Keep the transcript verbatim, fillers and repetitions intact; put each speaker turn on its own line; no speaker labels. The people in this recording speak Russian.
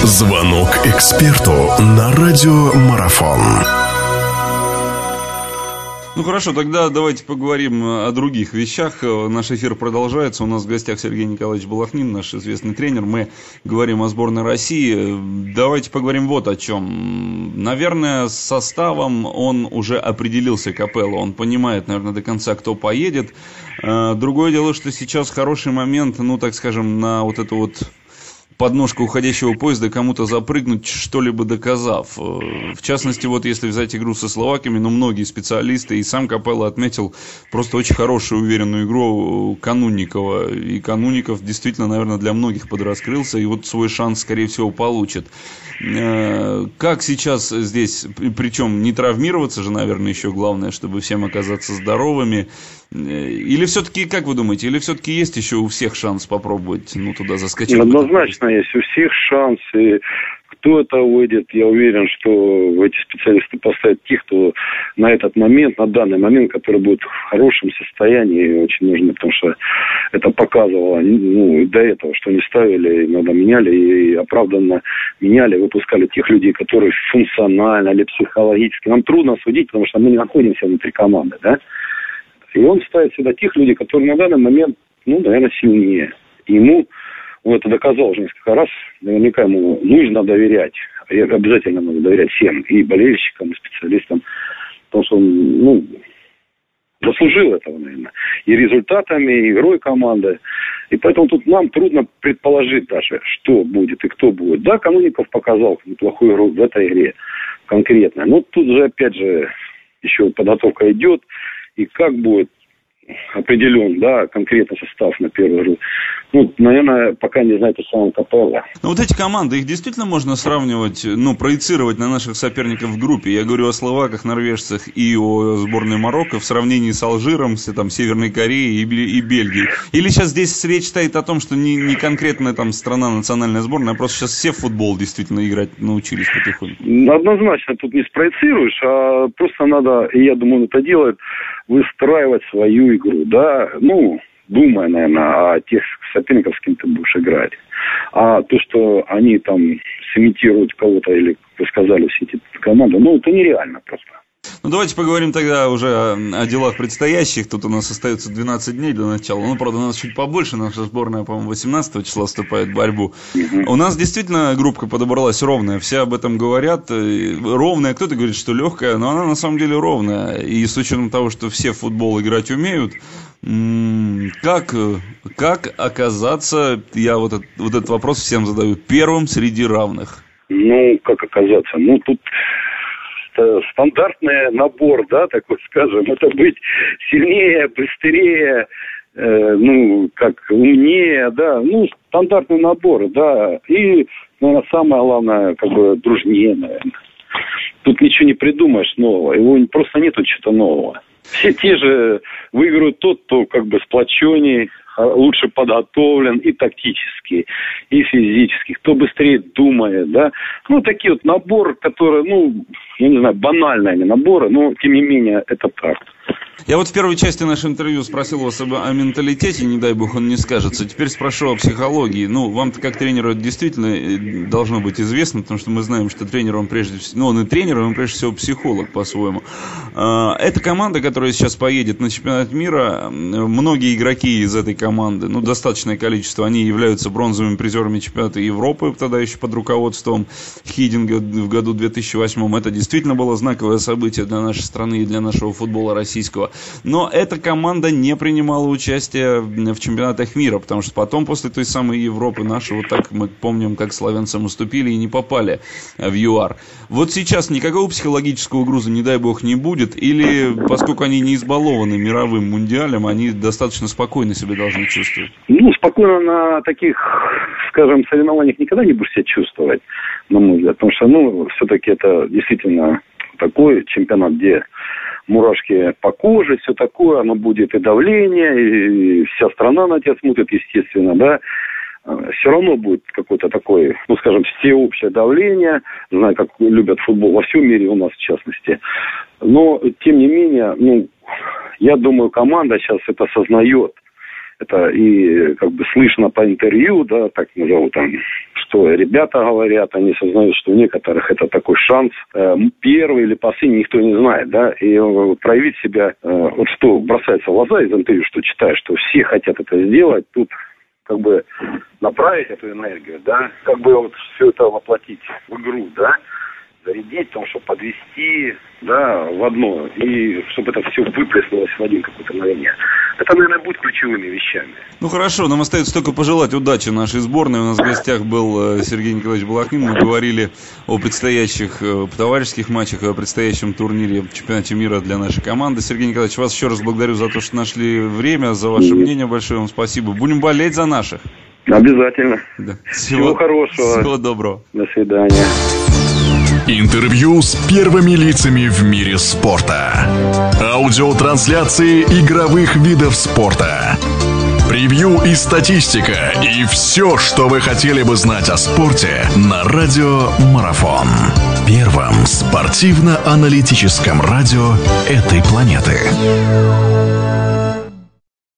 Звонок эксперту на радиомарафон.
Ну хорошо, тогда давайте поговорим о других вещах. Наш эфир продолжается. У нас в гостях Сергей Николаевич Балахнин, наш известный тренер. Мы говорим о сборной России. Давайте поговорим вот о чем. Наверное, с составом он уже определился, Капелло. Он понимает, наверное, до конца, кто поедет. Другое дело, что сейчас хороший момент, ну, так скажем, на вот эту вот подножку уходящего поезда кому-то запрыгнуть, что-либо доказав. В частности, вот если взять игру со словаками, ну, многие специалисты, и сам Капелло отметил просто очень хорошую, уверенную игру Канунникова. И Канунников действительно, наверное, для многих подраскрылся, и вот свой шанс, скорее всего, получит. Как сейчас здесь, причем не травмироваться же, наверное, еще главное, чтобы всем оказаться здоровыми. Или все-таки, как вы думаете, или все-таки есть еще у всех шанс попробовать, ну, туда заскочить?
Однозначно есть у всех шанс, и кто это выйдет, я уверен, что эти специалисты поставят тех, кто на этот момент, на данный момент, который будет в хорошем состоянии, очень нужно, потому что это показывало, ну, и до этого, что не ставили, иногда меняли, и оправданно меняли, выпускали тех людей, которые функционально или психологически. Нам трудно судить, потому что мы не находимся внутри команды, да? И он ставит сюда тех людей, которые на данный момент, ну, наверное, сильнее. И ему, он это доказал уже несколько раз, наверняка ему нужно доверять. И обязательно надо доверять всем, и болельщикам, и специалистам. Потому что он, ну, заслужил этого, наверное. И результатами, и игрой команды. И поэтому тут нам трудно предположить даже, что будет и кто будет. Да, Канунников показал неплохую игру в этой игре конкретно. Но тут же, опять же, еще подготовка идет. И как будет определен, да, конкретно состав на первую игру. Ну, наверное, пока не знает и сам Капелло.
Ну, вот эти команды, их действительно можно сравнивать, ну, проецировать на наших соперников в группе. Я говорю о словаках, норвежцах и о сборной Марокко в сравнении с Алжиром, с там, Северной Кореей и, и Бельгией. Или сейчас здесь речь стоит о том, что не, не конкретная там страна, национальная сборная, а просто сейчас все в футбол действительно играть научились потихоньку?
Однозначно тут не спроецируешь, а просто надо, и я думаю, он это делает, выстраивать свою игру, да, ну, думая, наверное, о тех соперниках, с кем ты будешь играть. А то, что они там сымитируют кого-то, или, как вы сказали, все эти команды, ну, это нереально просто.
Ну, давайте поговорим тогда уже о, о делах предстоящих. Тут у нас остается двенадцать дней до начала. Ну, правда, у нас чуть побольше. Наша сборная, по-моему, восемнадцатого числа вступает в борьбу. Угу. У нас действительно группа подобралась ровная. Все об этом говорят. Ровная. Кто-то говорит, что легкая, но она на самом деле ровная. И с учетом того, что все в футбол играть умеют, как, как оказаться, я вот, этот, вот этот вопрос всем задаю, первым среди равных?
Ну, как оказаться? Ну, тут стандартный набор, да, такой скажем, это быть сильнее, быстрее, э, ну, как умнее, да, ну, стандартный набор, да, и, наверное, самое главное, как бы, дружнее, наверное. Тут ничего не придумаешь нового, его просто нету чего-то нового. Все те же выиграют тот, кто как бы сплоченней, лучше подготовлен и тактически, и физически, кто быстрее думает, да. Ну, такие вот наборы, которые, ну, я не знаю, банальные они наборы, но, тем не менее, это так.
Я вот в первой части нашего интервью спросил вас об, о менталитете, не дай бог он не скажется. Теперь спрошу о психологии. Ну, вам-то как тренеру это действительно должно быть известно, потому что мы знаем, что тренер, он прежде всего, ну, он и тренер, он прежде всего психолог по-своему. Эта команда, которая сейчас поедет на чемпионат мира, многие игроки из этой команды, ну, достаточное количество, они являются бронзовыми призерами чемпионата Европы, тогда еще под руководством Хидинга в году две тысячи восьмом. Это действительно было знаковое событие для нашей страны и для нашего футбола российского. Но эта команда не принимала участие в чемпионатах мира, потому что потом, после той самой Европы нашей, вот так мы помним, как славянцам уступили и не попали в ЮАР. Вот сейчас никакого психологического груза, не дай бог, не будет, или, поскольку они не избалованы мировым мундиалем, они достаточно спокойно себя должны чувствовать?
Ну, спокойно на таких, скажем, соревнованиях никогда не будешь себя чувствовать, на мой взгляд, потому что, ну, все-таки это действительно такой чемпионат, где мурашки по коже, все такое, оно будет и давление, и вся страна на тебя смотрит, естественно, да. Все равно будет какое-то такое, ну, скажем, всеобщее давление, знаю, как любят футбол во всем мире, у нас в частности. Но, тем не менее, ну, я думаю, команда сейчас это осознает. Это и как бы слышно по интервью, да, так назову там, что что ребята говорят, они сознают, что у некоторых это такой шанс. Первый или последний никто не знает, да, и проявить себя, вот что бросается в глаза из интервью, что читаешь, что все хотят это сделать, тут как бы направить эту энергию, да, как бы вот все это воплотить в игру, да, зарядить, потому что подвести, да, в одно, и чтобы это все выплеснулось в один какой-то мгновение. Это, наверное, будет ключевыми вещами.
Ну хорошо, нам остается только пожелать удачи нашей сборной. У нас в гостях был Сергей Николаевич Балахнин. Мы говорили о предстоящих товарищеских матчах, о предстоящем турнире в чемпионате мира для нашей команды. Сергей Николаевич, вас еще раз благодарю за то, что нашли время, за ваше mm-hmm. мнение. Большое вам спасибо. Будем болеть за наших.
Обязательно.
Да.
Всего, Всего хорошего.
Всего доброго.
До свидания.
Интервью с первыми лицами в мире спорта. Аудиотрансляции игровых видов спорта. Превью и статистика. И все, что вы хотели бы знать о спорте на радио Марафон. Первом спортивно-аналитическом радио этой планеты.